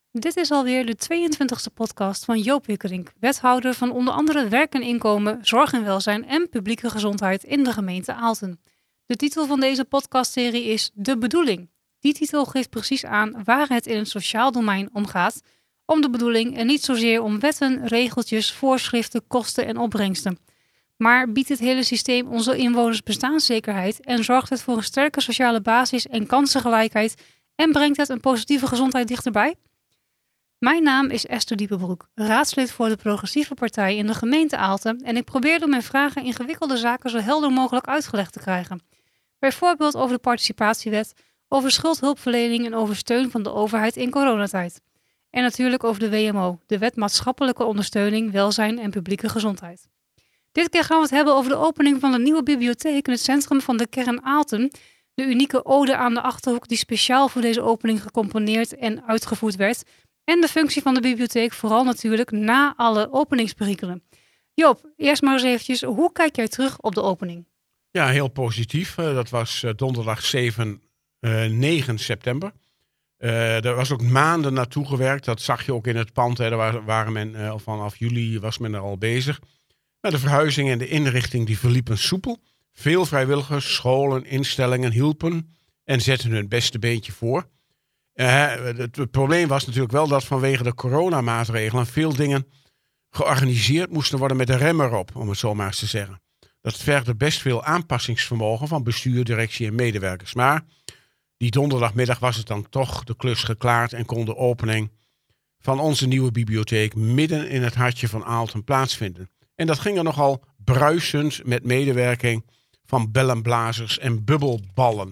Dit is alweer de 22e podcast van Joop Wikkerink, wethouder van onder andere werk en inkomen, zorg en welzijn en publieke gezondheid in de gemeente Aalten. De titel van deze podcastserie is De Bedoeling. Die titel geeft precies aan waar het in het sociaal domein om gaat, om de bedoeling en niet zozeer om wetten, regeltjes, voorschriften, kosten en opbrengsten. Maar biedt het hele systeem onze inwoners bestaanszekerheid en zorgt het voor een sterke sociale basis en kansengelijkheid en brengt het een positieve gezondheid dichterbij? Mijn naam is Esther Diepenbroek, raadslid voor de Progressieve Partij in de gemeente Aalten en ik probeer door mijn vragen ingewikkelde zaken zo helder mogelijk uitgelegd te krijgen. Bijvoorbeeld over de participatiewet, over schuldhulpverlening en over steun van de overheid in coronatijd. En natuurlijk over de WMO, de Wet Maatschappelijke Ondersteuning, Welzijn en Publieke Gezondheid. Dit keer gaan we het hebben over de opening van de nieuwe bibliotheek in het centrum van de kern Aalten. De unieke ode aan de Achterhoek die speciaal voor deze opening gecomponeerd en uitgevoerd werd. En de functie van de bibliotheek vooral natuurlijk na alle openingsperikelen. Joop, eerst maar eens eventjes, hoe kijk jij terug op de opening? Ja, heel positief. Dat was donderdag 9 september. Er was ook maanden naartoe gewerkt. Dat zag je ook in het pand. Hè. Daar waren men, vanaf juli was men er al bezig. Maar de verhuizing en de inrichting die verliepen soepel. Veel vrijwilligers, scholen, instellingen hielpen en zetten hun beste beentje voor. Het probleem was natuurlijk wel dat vanwege de coronamaatregelen veel dingen georganiseerd moesten worden met de rem erop, om het zo maar eens te zeggen. Dat vergde best veel aanpassingsvermogen van bestuur, directie en medewerkers. Maar die donderdagmiddag was het dan toch de klus geklaard en kon de opening van onze nieuwe bibliotheek midden in het hartje van Aalten plaatsvinden. En dat ging er nogal bruisend met medewerking van bellenblazers en bubbelballen.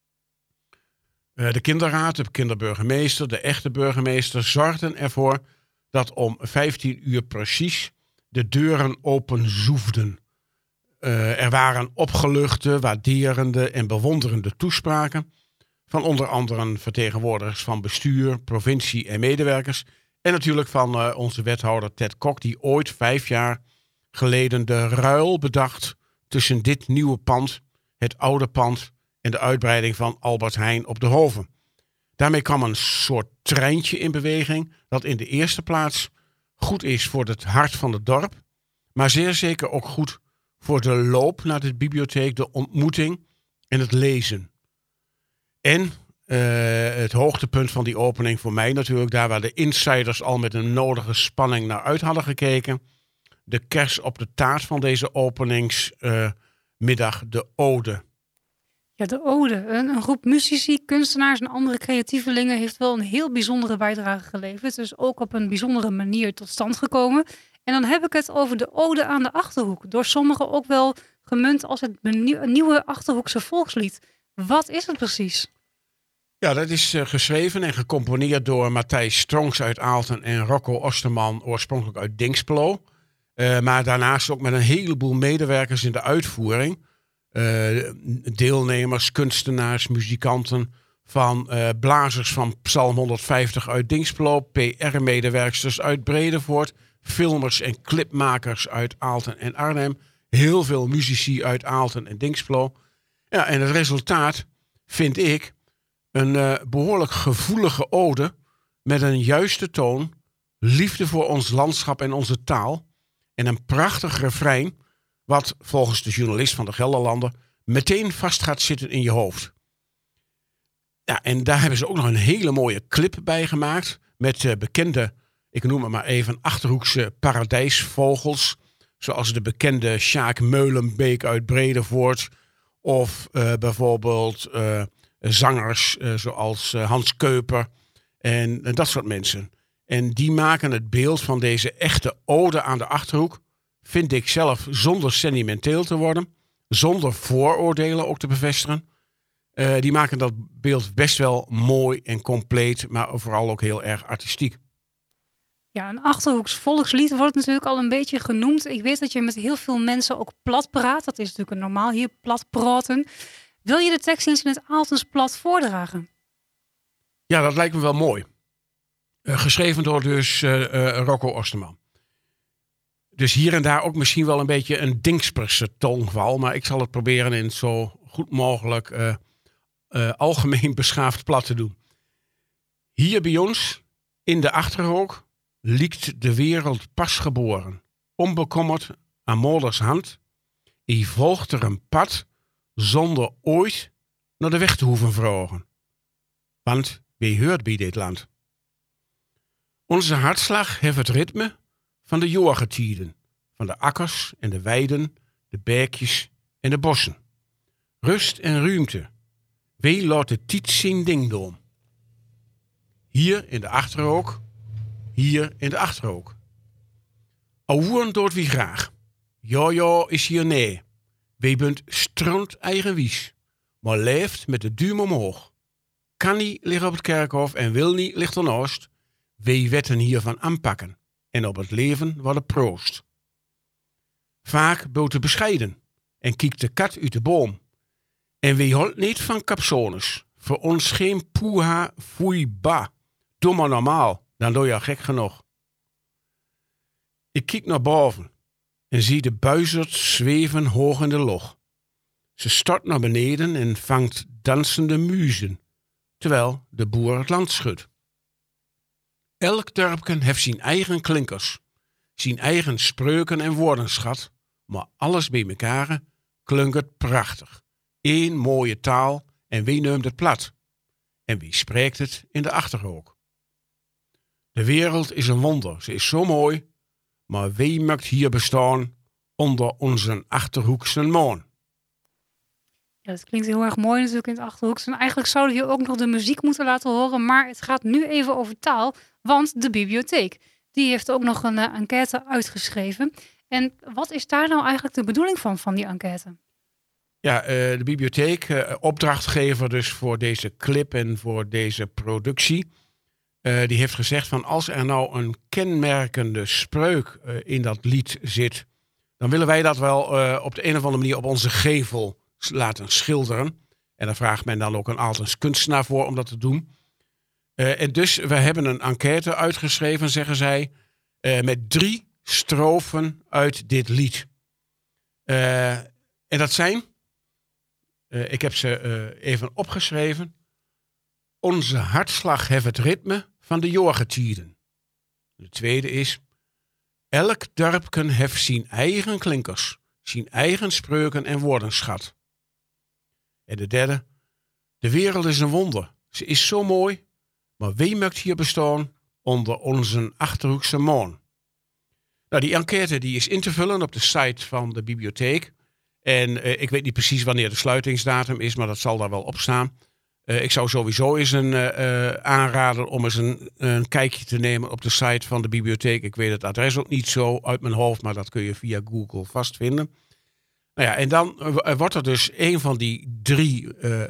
De kinderraad, de kinderburgemeester, de echte burgemeester zorgden ervoor dat om 15 uur precies de deuren openzoefden. Er waren opgeluchte, waarderende en bewonderende toespraken van onder andere vertegenwoordigers van bestuur, provincie en medewerkers. En natuurlijk van onze wethouder Ted Kok, die ooit 5 jaar geleden de ruil bedacht tussen dit nieuwe pand, het oude pand en de uitbreiding van Albert Heijn op de Hoven. Daarmee kwam een soort treintje in beweging dat in de eerste plaats goed is voor het hart van het dorp, maar zeer zeker ook goed voor de loop naar de bibliotheek, de ontmoeting en het lezen. En het hoogtepunt van die opening voor mij natuurlijk, daar waar de insiders al met een nodige spanning naar uit hadden gekeken, de kers op de taart van deze openingsmiddag, de ode. Ja, de ode. Een groep muzici, kunstenaars en andere creatievelingen heeft wel een heel bijzondere bijdrage geleverd. Dus ook op een bijzondere manier tot stand gekomen. En dan heb ik het over de ode aan de Achterhoek. Door sommigen ook wel gemunt als het nieuwe Achterhoekse volkslied. Wat is het precies? Ja, dat is geschreven en gecomponeerd door Matthijs Stronks uit Aalten en Rocco Osterman, oorspronkelijk uit Dinxperlo. Maar daarnaast ook met een heleboel medewerkers in de uitvoering. Deelnemers, kunstenaars, muzikanten, van blazers van Psalm 150 uit Dinxperlo, PR-medewerksters uit Bredevoort, filmers en clipmakers uit Aalten en Arnhem, heel veel muzici uit Aalten en Dinxperlo. Ja, en het resultaat vind ik een behoorlijk gevoelige ode met een juiste toon, liefde voor ons landschap en onze taal en een prachtig refrein wat volgens de journalist van de Gelderlander meteen vast gaat zitten in je hoofd. Ja, en daar hebben ze ook nog een hele mooie clip bij gemaakt met bekende, ik noem het maar even, Achterhoekse paradijsvogels, zoals de bekende Sjaak Meulenbeek uit Bredevoort of bijvoorbeeld zangers zoals Hans Keuper en dat soort mensen. En die maken het beeld van deze echte ode aan de Achterhoek, vind ik zelf, zonder sentimenteel te worden, zonder vooroordelen ook te bevestigen. Die maken dat beeld best wel mooi en compleet, maar vooral ook heel erg artistiek. Ja, een Achterhoeks volkslied wordt natuurlijk al een beetje genoemd. Ik weet dat je met heel veel mensen ook plat praat. Dat is natuurlijk normaal hier, plat praten. Wil je de tekst eens in het Aaltens plat voordragen? Ja, dat lijkt me wel mooi. Geschreven door dus Rocco Osterman. Dus hier en daar ook misschien wel een beetje een Dinxperse tongval. Maar ik zal het proberen in zo goed mogelijk algemeen beschaafd plat te doen. Hier bij ons In de Achterhoek liegt de wereld pas geboren. Onbekommerd aan moders hand. Je volgt er een pad zonder ooit naar de weg te hoeven vragen. Want wie hoort bij dit land? Onze hartslag heeft het ritme van de jorgetijden. Van de akkers en de weiden, de berkjes en de bossen. Rust en ruimte. Wie laat de tijd zijn ding doen? Hier in de Achterhoek. Hier in de Achterhoek. Ouwen doet wie graag. Ja is hier nee. Wie bent stront eigenwies. Maar leeft met de duim omhoog. Kan niet liggen op het kerkhof en wil niet ligt ernaast. Wie wetten hiervan aanpakken. En op het leven worden proost. Vaak boten bescheiden. En kiekt de kat uit de boom. En wie holt niet van capsones. Voor ons geen poeha foei ba. Doe maar normaal, dan doe je al gek genoeg. Ik kijk naar boven en zie de buizerds zweven hoog in de lucht. Ze stort naar beneden en vangt dansende muizen, terwijl de boer het land schudt. Elk dorpken heeft zijn eigen klinkers, zijn eigen spreuken en woordenschat, maar alles bij elkaar klonk het prachtig. Eén mooie taal en wie neemt het plat? En wie spreekt het in de Achterhoek? De wereld is een wonder, ze is zo mooi, maar wie maakt hier bestaan onder onze Achterhoekse maan? Ja, dat klinkt heel erg mooi natuurlijk in het Achterhoeks. En eigenlijk zouden we hier ook nog de muziek moeten laten horen, maar het gaat nu even over taal, want de bibliotheek, die heeft ook nog een enquête uitgeschreven. En wat is daar nou eigenlijk de bedoeling van die enquête? Ja, de bibliotheek, opdrachtgever dus voor deze clip en voor deze productie, die heeft gezegd van als er nou een kenmerkende spreuk in dat lied zit, dan willen wij dat wel op de een of andere manier op onze gevel laten schilderen. En daar vraagt men dan ook een Aaltens kunstenaar voor om dat te doen. En dus we hebben een enquête uitgeschreven, zeggen zij, met 3 strofen uit dit lied. En dat zijn, ik heb ze even opgeschreven. Onze hartslag heeft het ritme van de jorgetijden. De tweede is, elk dorpken heeft zijn eigen klinkers, zijn eigen spreuken en woordenschat. En de derde, de wereld is een wonder. Ze is zo mooi, maar wie maakt hier bestaan onder onze Achterhoekse maan? Nou, die enquête die is in te vullen op de site van de bibliotheek. En ik weet niet precies wanneer de sluitingsdatum is, maar dat zal daar wel op staan. Ik zou sowieso eens aanraden om eens een kijkje te nemen op de site van de bibliotheek. Ik weet het adres ook niet zo uit mijn hoofd, maar dat kun je via Google vastvinden. Nou ja, en dan wordt er dus een van die 3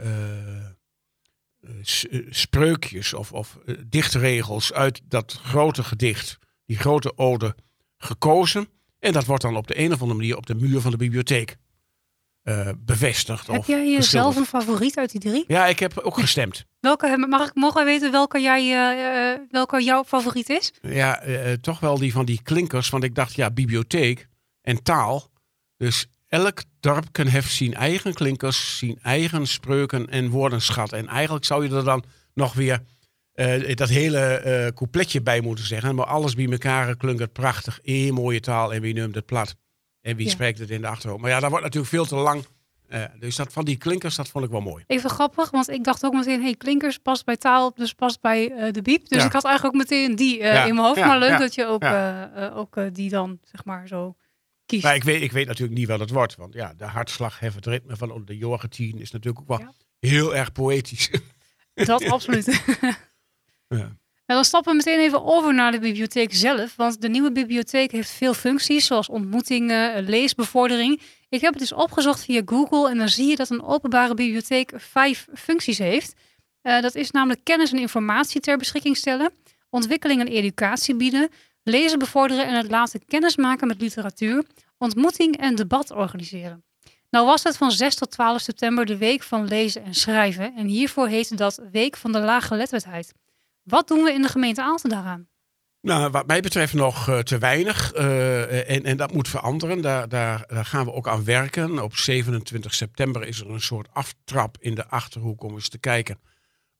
spreukjes of dichtregels uit dat grote gedicht, die grote ode, gekozen. En dat wordt dan op de een of andere manier op de muur van de bibliotheek bevestigd. Heb jij zelf een favoriet uit die 3? Ja, ik heb ook gestemd. Mogen wij weten welke jouw favoriet is? Ja, toch wel die van die klinkers. Want ik dacht, ja, bibliotheek en taal. Dus elk dorpken heeft zijn eigen klinkers, zijn eigen spreuken en woordenschat. En eigenlijk zou je er dan nog weer dat hele coupletje bij moeten zeggen. Maar alles bij elkaar klonk het prachtig. Mooie taal en wie neemt het plat? En wie spreekt het in de Achterhoek? Maar ja, dat wordt natuurlijk veel te lang. Dus dat van die klinkers, dat vond ik wel mooi. Even grappig, want ik dacht ook meteen, klinkers past bij taal, dus past bij de biep. Dus ik had eigenlijk ook meteen die in mijn hoofd. Maar leuk dat je ook die dan, zeg maar, zo kiest. Maar ik weet natuurlijk niet wat het wordt. Want ja, de hartslag heeft het ritme van de jorgetien is natuurlijk ook wel heel erg poëtisch. Dat absoluut. Ja. En dan stappen we meteen even over naar de bibliotheek zelf. Want de nieuwe bibliotheek heeft veel functies, zoals ontmoetingen, leesbevordering. Ik heb het dus opgezocht via Google en dan zie je dat een openbare bibliotheek 5 functies heeft. Dat is namelijk kennis en informatie ter beschikking stellen, ontwikkeling en educatie bieden, lezen bevorderen en het laten kennismaken met literatuur, ontmoeting en debat organiseren. Nou was het van 6 tot 12 september de week van lezen en schrijven en hiervoor heette dat Week van de Laaggeletterdheid. Wat doen we in de gemeente Aalten daaraan? Nou, wat mij betreft nog te weinig. En dat moet veranderen. Daar gaan we ook aan werken. Op 27 september is er een soort aftrap in de Achterhoek om eens te kijken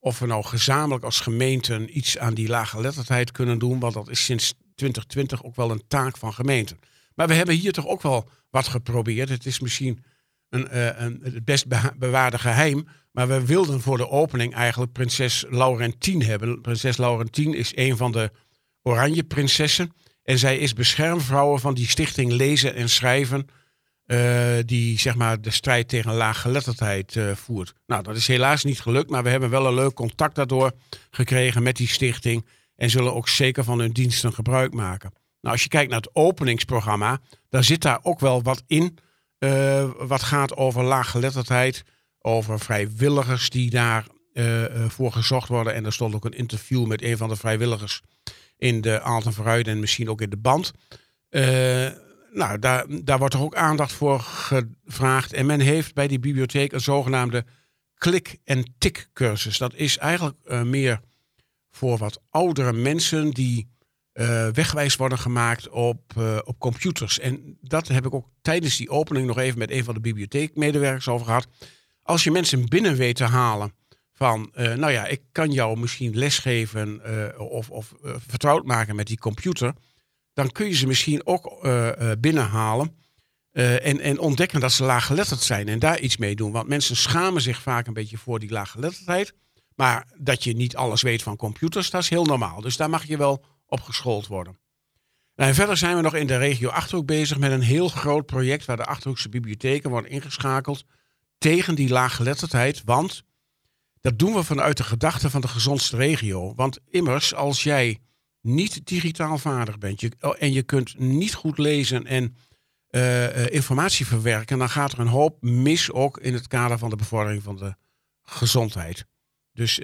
of we nou gezamenlijk als gemeenten iets aan die laaggeletterdheid kunnen doen. Want dat is sinds 2020 ook wel een taak van gemeenten. Maar we hebben hier toch ook wel wat geprobeerd. Het is misschien het best bewaarde geheim. Maar we wilden voor de opening eigenlijk prinses Laurentien hebben. Prinses Laurentien is een van de oranje prinsessen. En zij is beschermvrouw van die stichting Lezen en Schrijven. Die zeg maar de strijd tegen laaggeletterdheid voert. Nou, dat is helaas niet gelukt. Maar we hebben wel een leuk contact daardoor gekregen met die stichting. En zullen ook zeker van hun diensten gebruik maken. Nou, als je kijkt naar het openingsprogramma. Dan zit daar ook wel wat in. Wat gaat over laaggeletterdheid. Over vrijwilligers die daar voor gezocht worden. En er stond ook een interview met een van de vrijwilligers in de Aalten vooruit en misschien ook in de band. Nou, daar wordt er ook aandacht voor gevraagd. En men heeft bij die bibliotheek een zogenaamde klik- en tik-cursus. Dat is eigenlijk meer voor wat oudere mensen die wegwijs worden gemaakt op computers. En dat heb ik ook tijdens die opening nog even met een van de bibliotheekmedewerkers over gehad. Als je mensen binnen weet te halen van, nou ja, ik kan jou misschien lesgeven of vertrouwd maken met die computer. Dan kun je ze misschien ook binnenhalen en ontdekken dat ze laaggeletterd zijn en daar iets mee doen. Want mensen schamen zich vaak een beetje voor die laaggeletterdheid. Maar dat je niet alles weet van computers, dat is heel normaal. Dus daar mag je wel op geschoold worden. Nou, en verder zijn we nog in de regio Achterhoek bezig met een heel groot project waar de Achterhoekse bibliotheken worden ingeschakeld tegen die laaggeletterdheid. Want dat doen we vanuit de gedachte van de gezondste regio. Want immers, als jij niet digitaal vaardig bent en je kunt niet goed lezen en informatie verwerken, dan gaat er een hoop mis ook in het kader van de bevordering van de gezondheid. Dus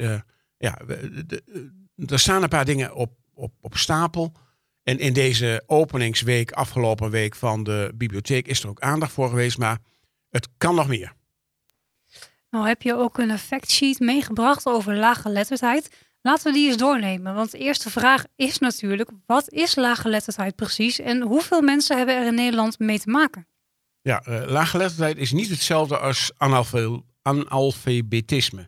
er staan een paar dingen op stapel. En in deze openingsweek, afgelopen week van de bibliotheek, is er ook aandacht voor geweest. Maar het kan nog meer. Nou heb je ook een factsheet meegebracht over laaggeletterdheid. Laten we die eens doornemen. Want de eerste vraag is natuurlijk, wat is laaggeletterdheid precies? En hoeveel mensen hebben er in Nederland mee te maken? Ja, laaggeletterdheid is niet hetzelfde als analfabetisme.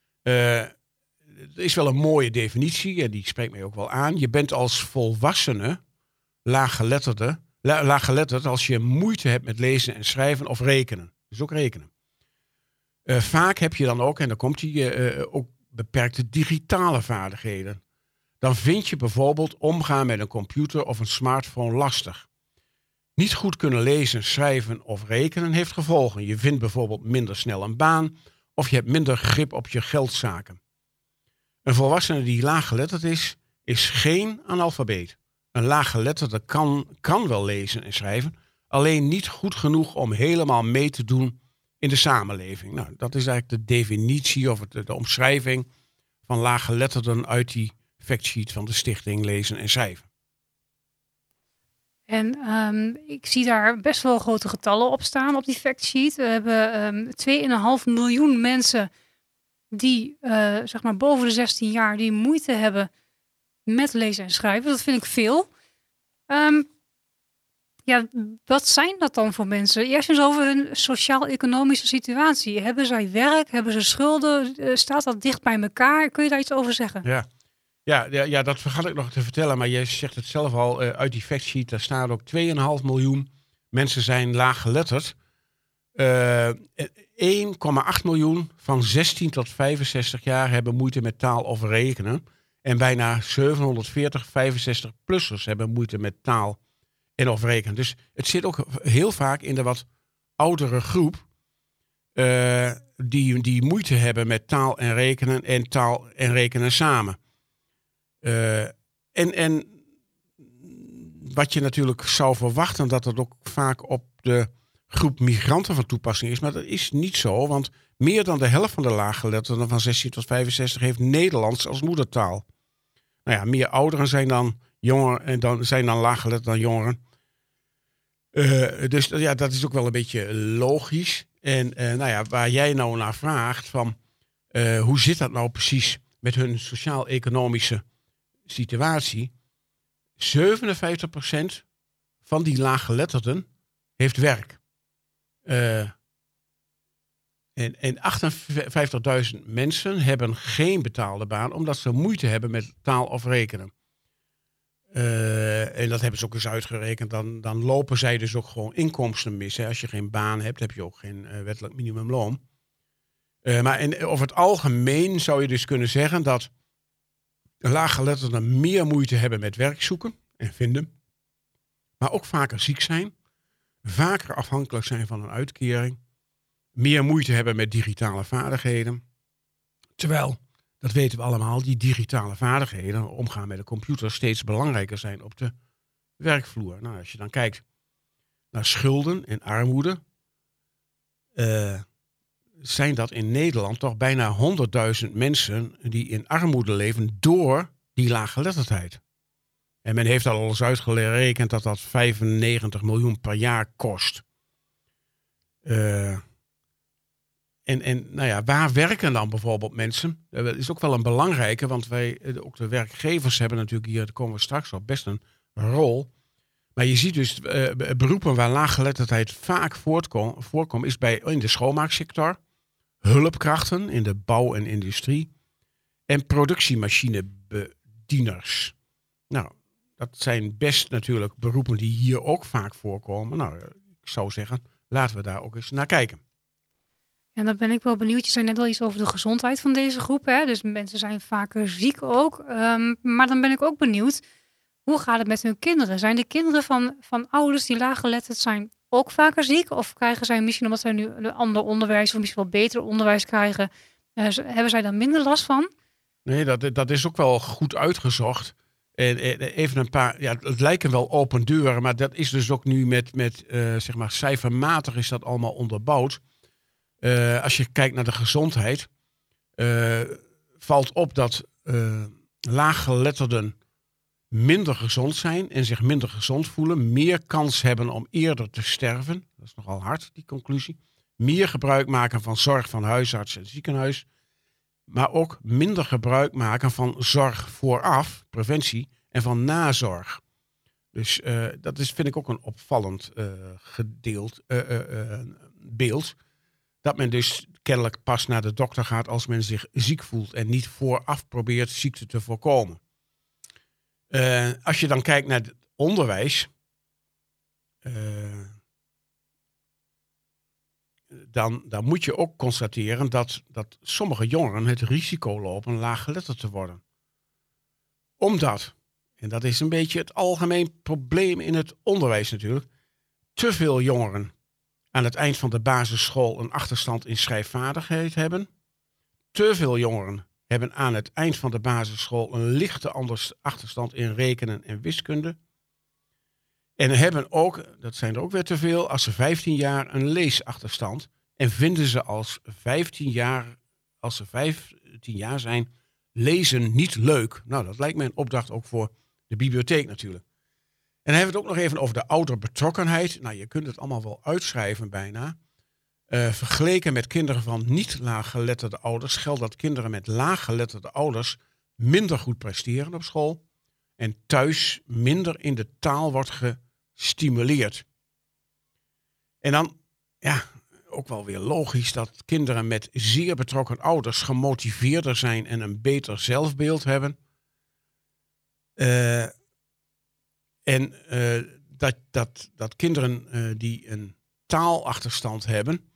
Er is wel een mooie definitie en die spreekt mij ook wel aan. Je bent als volwassene laaggeletterd als je moeite hebt met lezen en schrijven of rekenen. Dus ook rekenen. Vaak heb je dan ook, en dan komt die ook beperkte digitale vaardigheden. Dan vind je bijvoorbeeld omgaan met een computer of een smartphone lastig. Niet goed kunnen lezen, schrijven of rekenen heeft gevolgen. Je vindt bijvoorbeeld minder snel een baan of je hebt minder grip op je geldzaken. Een volwassene die laaggeletterd is geen analfabeet. Een laaggeletterde kan wel lezen en schrijven, alleen niet goed genoeg om helemaal mee te doen in de samenleving. Nou, dat is eigenlijk de definitie of de omschrijving van laaggeletterden uit die factsheet van de Stichting Lezen en Schrijven. En ik zie daar best wel grote getallen op staan op die factsheet. We hebben 2,5 miljoen mensen die zeg maar boven de 16 jaar die moeite hebben met lezen en schrijven. Dat vind ik veel. Ja, wat zijn dat dan voor mensen? Eerst eens over hun sociaal-economische situatie. Hebben zij werk? Hebben ze schulden? Staat dat dicht bij elkaar? Kun je daar iets over zeggen? Ja, dat vergat ik nog te vertellen. Maar jij zegt het zelf al, uit die factsheet, daar staat ook 2,5 miljoen mensen zijn laaggeletterd. 1,8 miljoen van 16 tot 65 jaar hebben moeite met taal of rekenen. En bijna 740 65-plussers hebben moeite met taal en of rekenen. Dus het zit ook heel vaak in de wat oudere groep die moeite hebben met taal en rekenen samen. En wat je natuurlijk zou verwachten, dat het ook vaak op de groep migranten van toepassing is. Maar dat is niet zo, want meer dan de helft van de laaggeletterden van 16 tot 65 heeft Nederlands als moedertaal. Nou ja, meer ouderen zijn dan laaggeletterd dan jongeren. Dus ja, dat is ook wel een beetje logisch. En nou ja, waar jij nou naar vraagt van hoe zit dat nou precies met hun sociaal-economische situatie? 57% van die laaggeletterden heeft werk. En 58.000 mensen hebben geen betaalde baan, omdat ze moeite hebben met taal of rekenen. En dat hebben ze ook eens uitgerekend. Dan lopen zij dus ook gewoon inkomsten mis. Hè. Als je geen baan hebt, heb je ook geen wettelijk minimumloon. Maar over het algemeen zou je dus kunnen zeggen dat laaggeletterden meer moeite hebben met werk zoeken en vinden. Maar ook vaker ziek zijn. Vaker afhankelijk zijn van een uitkering. Meer moeite hebben met digitale vaardigheden. Terwijl, dat weten we allemaal, die digitale vaardigheden, omgaan met de computer, steeds belangrijker zijn op de werkvloer. Nou, als je dan kijkt naar schulden en armoede, zijn dat in Nederland toch bijna 100.000 mensen die in armoede leven door die laaggeletterdheid. En men heeft al eens uitgerekend dat 95 miljoen per jaar kost. En nou ja, waar werken dan bijvoorbeeld mensen? Dat is ook wel een belangrijke, want ook de werkgevers hebben natuurlijk hier, daar komen we straks op, best een rol. Maar je ziet dus beroepen waar laaggeletterdheid vaak voorkomt, is in de schoonmaaksector, hulpkrachten in de bouw en industrie en productiemachinebedieners. Nou, dat zijn best natuurlijk beroepen die hier ook vaak voorkomen. Nou, ik zou zeggen, laten we daar ook eens naar kijken. En dan ben ik wel benieuwd. Je zei net al iets over de gezondheid van deze groep. Hè? Dus mensen zijn vaker ziek ook. Maar dan ben ik ook benieuwd, hoe gaat het met hun kinderen? Zijn de kinderen van ouders die laaggeletterd zijn ook vaker ziek? Of krijgen zij misschien, omdat zij nu een ander onderwijs of misschien wel beter onderwijs krijgen, hebben zij daar minder last van? Nee, dat is ook wel goed uitgezocht. En even een paar, ja, het lijken wel open deuren, maar dat is dus ook nu met zeg maar cijfermatig is dat allemaal onderbouwd. Als je kijkt naar de gezondheid, valt op dat laaggeletterden minder gezond zijn en zich minder gezond voelen, meer kans hebben om eerder te sterven. Dat is nogal hard, die conclusie. Meer gebruik maken van zorg van huisarts en ziekenhuis, maar ook minder gebruik maken van zorg vooraf, preventie, en van nazorg. Dus dat vind ik ook een opvallend beeld. Dat men dus kennelijk pas naar de dokter gaat als men zich ziek voelt en niet vooraf probeert ziekte te voorkomen. Als je dan kijkt naar het onderwijs, dan moet je ook constateren dat sommige jongeren het risico lopen laaggeletterd te worden. Omdat, en dat is een beetje het algemeen probleem in het onderwijs natuurlijk, te veel jongeren aan het eind van de basisschool een achterstand in schrijfvaardigheid hebben. Te veel jongeren hebben aan het eind van de basisschool een lichte achterstand in rekenen en wiskunde. En hebben ook, dat zijn er ook weer te veel, als ze 15 jaar een leesachterstand. En vinden ze als ze 15 jaar zijn, lezen niet leuk. Nou, dat lijkt me een opdracht ook voor de bibliotheek natuurlijk. En dan hebben we het ook nog even over de ouderbetrokkenheid. Nou, je kunt het allemaal wel uitschrijven bijna. Vergeleken met kinderen van niet laaggeletterde ouders geldt dat kinderen met laaggeletterde ouders minder goed presteren op school en thuis minder in de taal wordt gestimuleerd. En dan, ja, ook wel weer logisch dat kinderen met zeer betrokken ouders gemotiveerder zijn en een beter zelfbeeld hebben. Dat kinderen die een taalachterstand hebben,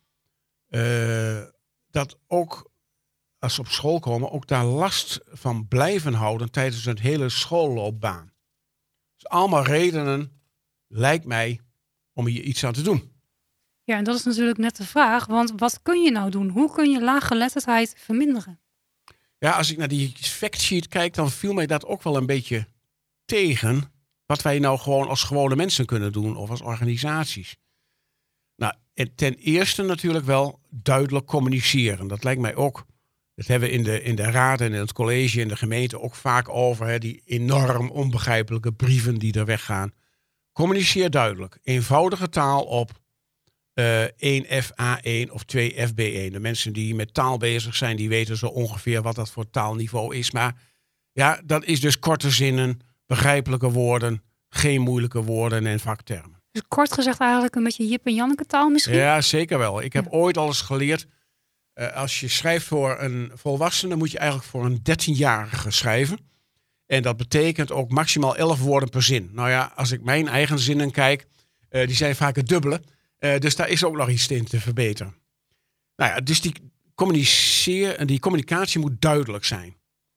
dat ook als ze op school komen, ook daar last van blijven houden tijdens hun hele schoolloopbaan. Dus allemaal redenen, lijkt mij, om hier iets aan te doen. Ja, en dat is natuurlijk net de vraag, want wat kun je nou doen? Hoe kun je laaggeletterdheid verminderen? Ja, als ik naar die factsheet kijk, dan viel mij dat ook wel een beetje tegen. Wat wij nou gewoon als gewone mensen kunnen doen of als organisaties. Nou, ten eerste natuurlijk wel duidelijk communiceren. Dat lijkt mij ook, dat hebben we in de raad en in het college en de gemeente ook vaak over. Hè, die enorm onbegrijpelijke brieven die er weggaan. Communiceer duidelijk. Eenvoudige taal op 1FA1 of 2FB1. De mensen die met taal bezig zijn, die weten zo ongeveer wat dat voor taalniveau is. Maar ja, dat is dus korte zinnen, begrijpelijke woorden, geen moeilijke woorden en vaktermen. Dus kort gezegd eigenlijk een beetje Jip en Janneke taal misschien? Ja, zeker wel. Ik heb ooit al eens geleerd als je schrijft voor een volwassene, moet je eigenlijk voor een 13-jarige schrijven. En dat betekent ook maximaal 11 woorden per zin. Nou ja, als ik mijn eigen zinnen kijk, die zijn vaak het dubbele. Dus daar is ook nog iets in te verbeteren. Nou ja, dus die communicatie moet duidelijk zijn.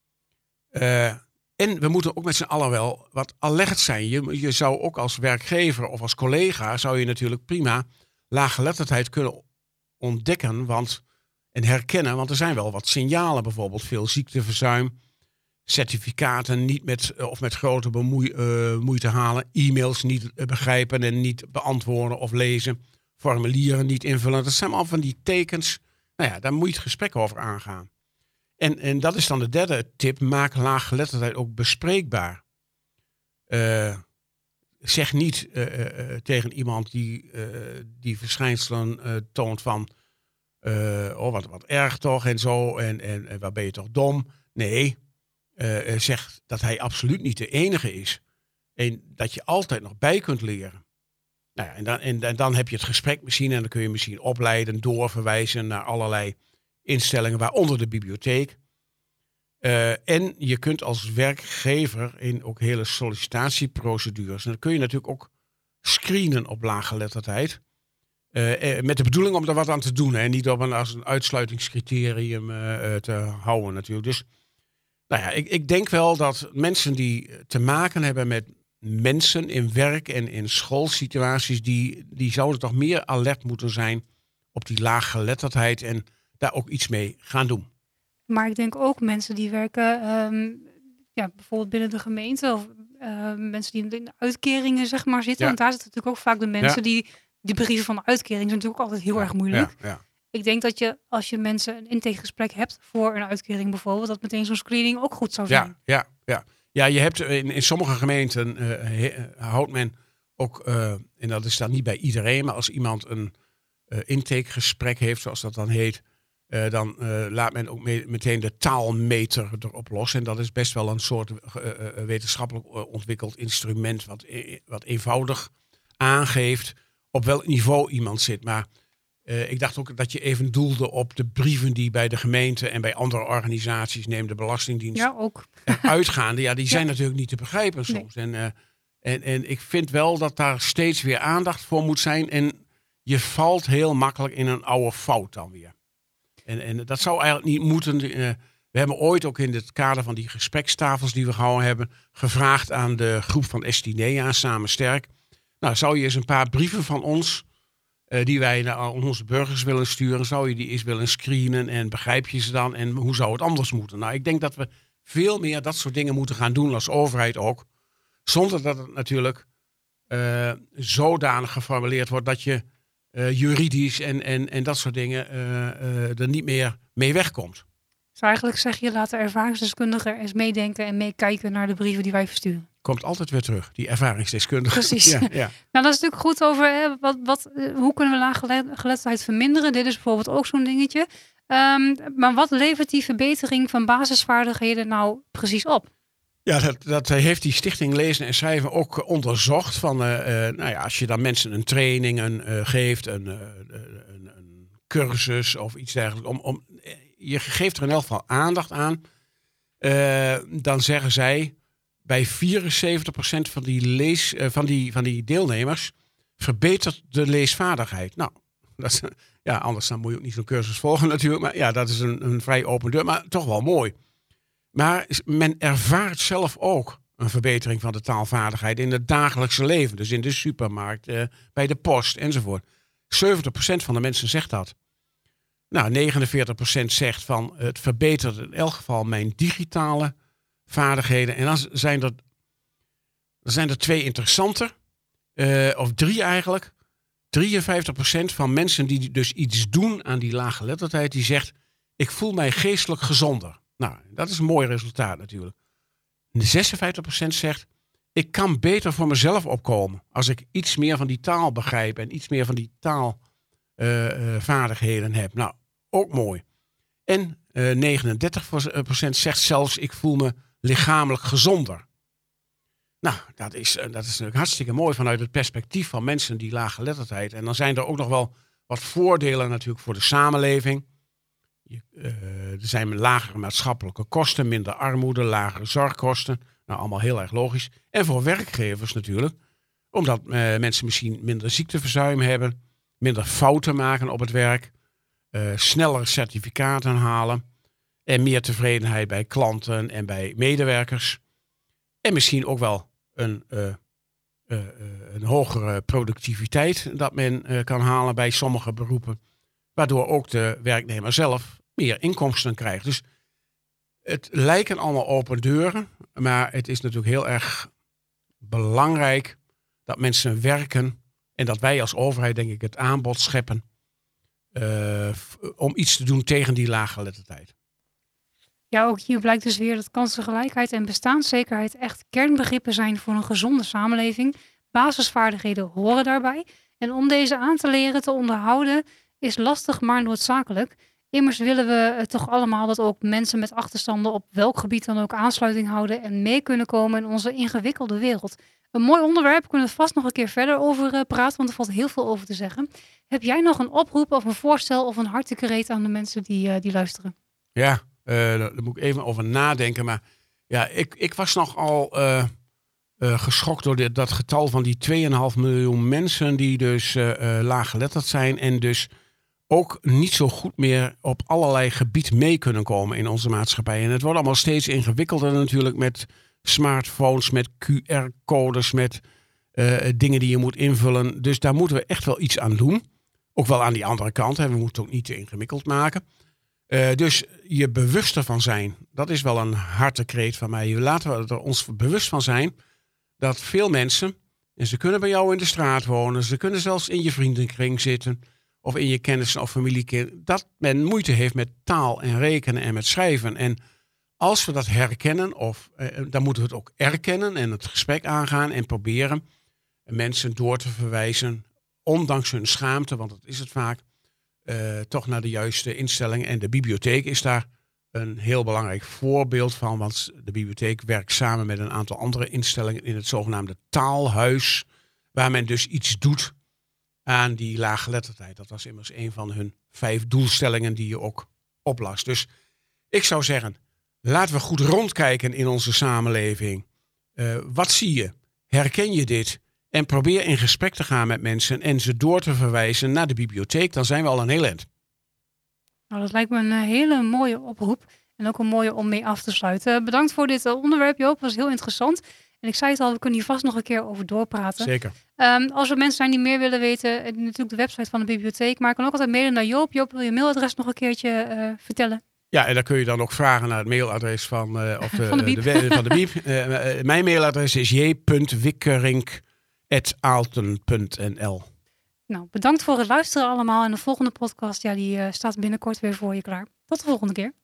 En we moeten ook met z'n allen wel wat alert zijn. Je zou ook als werkgever of als collega zou je natuurlijk prima laaggeletterdheid kunnen ontdekken en herkennen. Want er zijn wel wat signalen, bijvoorbeeld veel ziekteverzuim, certificaten niet met grote moeite halen, e-mails niet begrijpen en niet beantwoorden of lezen, formulieren niet invullen. Dat zijn allemaal van die tekens. Nou ja, daar moet je het gesprek over aangaan. En dat is dan de derde tip. Maak laaggeletterdheid ook bespreekbaar. Zeg niet tegen iemand die verschijnselen toont van wat erg toch en zo en waar ben je toch dom. Nee, zeg dat hij absoluut niet de enige is. En dat je altijd nog bij kunt leren. Nou ja, en dan heb je het gesprek misschien en dan kun je misschien opleiden, doorverwijzen naar allerlei instellingen, waaronder de bibliotheek. En je kunt als werkgever in ook hele sollicitatieprocedures, en dan kun je natuurlijk ook screenen op laaggeletterdheid. Met de bedoeling om er wat aan te doen. En niet als een uitsluitingscriterium te houden natuurlijk. Dus nou ja, ik denk wel dat mensen die te maken hebben met mensen in werk en in schoolsituaties, die zouden toch meer alert moeten zijn op die laaggeletterdheid en daar ook iets mee gaan doen. Maar ik denk ook mensen die werken, bijvoorbeeld binnen de gemeente of mensen die in de uitkeringen zeg maar zitten. Want daar zitten natuurlijk ook vaak de mensen die brieven van de uitkering zijn natuurlijk ook altijd heel erg moeilijk. Ja. Ik denk dat als je mensen een intakegesprek hebt voor een uitkering bijvoorbeeld, dat meteen zo'n screening ook goed zou zijn. Ja, je hebt in sommige gemeenten houdt men ook, en dat is dan niet bij iedereen, maar als iemand een intakegesprek heeft, zoals dat dan heet, dan laat men ook meteen de taalmeter erop los. En dat is best wel een soort wetenschappelijk ontwikkeld instrument wat eenvoudig aangeeft op welk niveau iemand zit. Maar ik dacht ook dat je even doelde op de brieven die bij de gemeente en bij andere organisaties, neem de Belastingdienst, ook uitgaande. Die zijn natuurlijk niet te begrijpen soms. Nee. En ik vind wel dat daar steeds weer aandacht voor moet zijn. En je valt heel makkelijk in een oude fout dan weer. En dat zou eigenlijk niet moeten. We hebben ooit ook in het kader van die gesprekstafels die we gehouden hebben, gevraagd aan de groep van Estinea, Samen Sterk. Nou, zou je eens een paar brieven van ons, die wij naar onze burgers willen sturen, zou je die eens willen screenen en begrijp je ze dan en hoe zou het anders moeten? Nou, ik denk dat we veel meer dat soort dingen moeten gaan doen als overheid ook. Zonder dat het natuurlijk zodanig geformuleerd wordt dat je juridisch en dat soort dingen er niet meer mee wegkomt. Dus eigenlijk zeg je, laat de ervaringsdeskundigen eens meedenken en meekijken naar de brieven die wij versturen. Komt altijd weer terug, die ervaringsdeskundige. Precies. Ja. Nou, dat is natuurlijk goed over hoe kunnen we laaggeletterdheid verminderen. Dit is bijvoorbeeld ook zo'n dingetje. Maar wat levert die verbetering van basisvaardigheden nou precies op? Ja, dat heeft die Stichting Lezen en Schrijven ook onderzocht. Van, als je dan mensen een training geeft, een cursus of iets dergelijks. Je geeft er in elk geval aandacht aan. Dan zeggen zij, bij 74% van die deelnemers verbetert de leesvaardigheid. Nou, dat is, anders dan moet je ook niet zo'n cursus volgen natuurlijk. Maar ja, dat is een vrij open deur, maar toch wel mooi. Maar men ervaart zelf ook een verbetering van de taalvaardigheid in het dagelijkse leven. Dus in de supermarkt, bij de post enzovoort. 70% van de mensen zegt dat. Nou, 49% zegt van het verbetert in elk geval mijn digitale vaardigheden. En dan zijn er twee interessanter, of drie eigenlijk. 53% van mensen die dus iets doen aan die laaggeletterdheid, die zegt, ik voel mij geestelijk gezonder. Nou, dat is een mooi resultaat natuurlijk. 56% zegt, ik kan beter voor mezelf opkomen als ik iets meer van die taal begrijp en iets meer van die taalvaardigheden heb. Nou, ook mooi. En 39% zegt zelfs, ik voel me lichamelijk gezonder. Nou, dat is natuurlijk hartstikke mooi vanuit het perspectief van mensen die laaggeletterdheid. En dan zijn er ook nog wel wat voordelen natuurlijk voor de samenleving. Er zijn lagere maatschappelijke kosten, minder armoede, lagere zorgkosten. Nou, allemaal heel erg logisch. En voor werkgevers natuurlijk. Omdat mensen misschien minder ziekteverzuim hebben. Minder fouten maken op het werk. Sneller certificaten halen. En meer tevredenheid bij klanten en bij medewerkers. En misschien ook wel een hogere productiviteit dat men kan halen bij sommige beroepen. Waardoor ook de werknemer zelf meer inkomsten krijgt. Dus het lijken allemaal open deuren. Maar het is natuurlijk heel erg belangrijk dat mensen werken. En dat wij als overheid denk ik het aanbod scheppen. Om iets te doen tegen die laaggeletterdheid. Ja, ook hier blijkt dus weer dat kansengelijkheid en bestaanszekerheid echt kernbegrippen zijn voor een gezonde samenleving. Basisvaardigheden horen daarbij. En om deze aan te leren te onderhouden is lastig, maar noodzakelijk. Immers willen we toch allemaal dat ook mensen met achterstanden op welk gebied dan ook aansluiting houden en mee kunnen komen in onze ingewikkelde wereld. Een mooi onderwerp, kunnen we vast nog een keer verder over praten, want er valt heel veel over te zeggen. Heb jij nog een oproep of een voorstel of een hartekreet aan de mensen die luisteren? Ja, daar moet ik even over nadenken. Maar ja, ik was nogal geschokt door dat getal van die 2,5 miljoen mensen die dus laaggeletterd zijn en dus ook niet zo goed meer op allerlei gebied mee kunnen komen in onze maatschappij. En het wordt allemaal steeds ingewikkelder natuurlijk met smartphones, met QR-codes, met dingen die je moet invullen. Dus daar moeten we echt wel iets aan doen. Ook wel aan die andere kant. Hè. We moeten het ook niet te ingewikkeld maken. Dus je bewust ervan zijn, dat is wel een hartekreet van mij. Laten we er ons bewust van zijn dat veel mensen, en ze kunnen bij jou in de straat wonen, ze kunnen zelfs in je vriendenkring zitten, of in je kennissen of familiekring, dat men moeite heeft met taal en rekenen en met schrijven. En als we dat herkennen, dan moeten we het ook erkennen en het gesprek aangaan en proberen mensen door te verwijzen, ondanks hun schaamte, want dat is het vaak, toch naar de juiste instellingen. En de bibliotheek is daar een heel belangrijk voorbeeld van, want de bibliotheek werkt samen met een aantal andere instellingen in het zogenaamde taalhuis, waar men dus iets doet aan die laaggeletterdheid. Dat was immers een van hun 5 doelstellingen die je ook oplast. Dus ik zou zeggen, laten we goed rondkijken in onze samenleving. Wat zie je? Herken je dit? En probeer in gesprek te gaan met mensen en ze door te verwijzen naar de bibliotheek. Dan zijn we al een heel eind. Nou, dat lijkt me een hele mooie oproep. En ook een mooie om mee af te sluiten. Bedankt voor dit onderwerp, Joop. Dat was heel interessant. En ik zei het al, we kunnen hier vast nog een keer over doorpraten. Zeker. Als er mensen zijn die meer willen weten, natuurlijk de website van de bibliotheek. Maar ik kan ook altijd mailen naar Joop. Joop, wil je mailadres nog een keertje vertellen? Ja, en dan kun je dan ook vragen naar het mailadres van de Biep. Mijn mailadres is j.wikkerink@aalten.nl. Nou, bedankt voor het luisteren allemaal. En de volgende podcast, die staat binnenkort weer voor je klaar. Tot de volgende keer.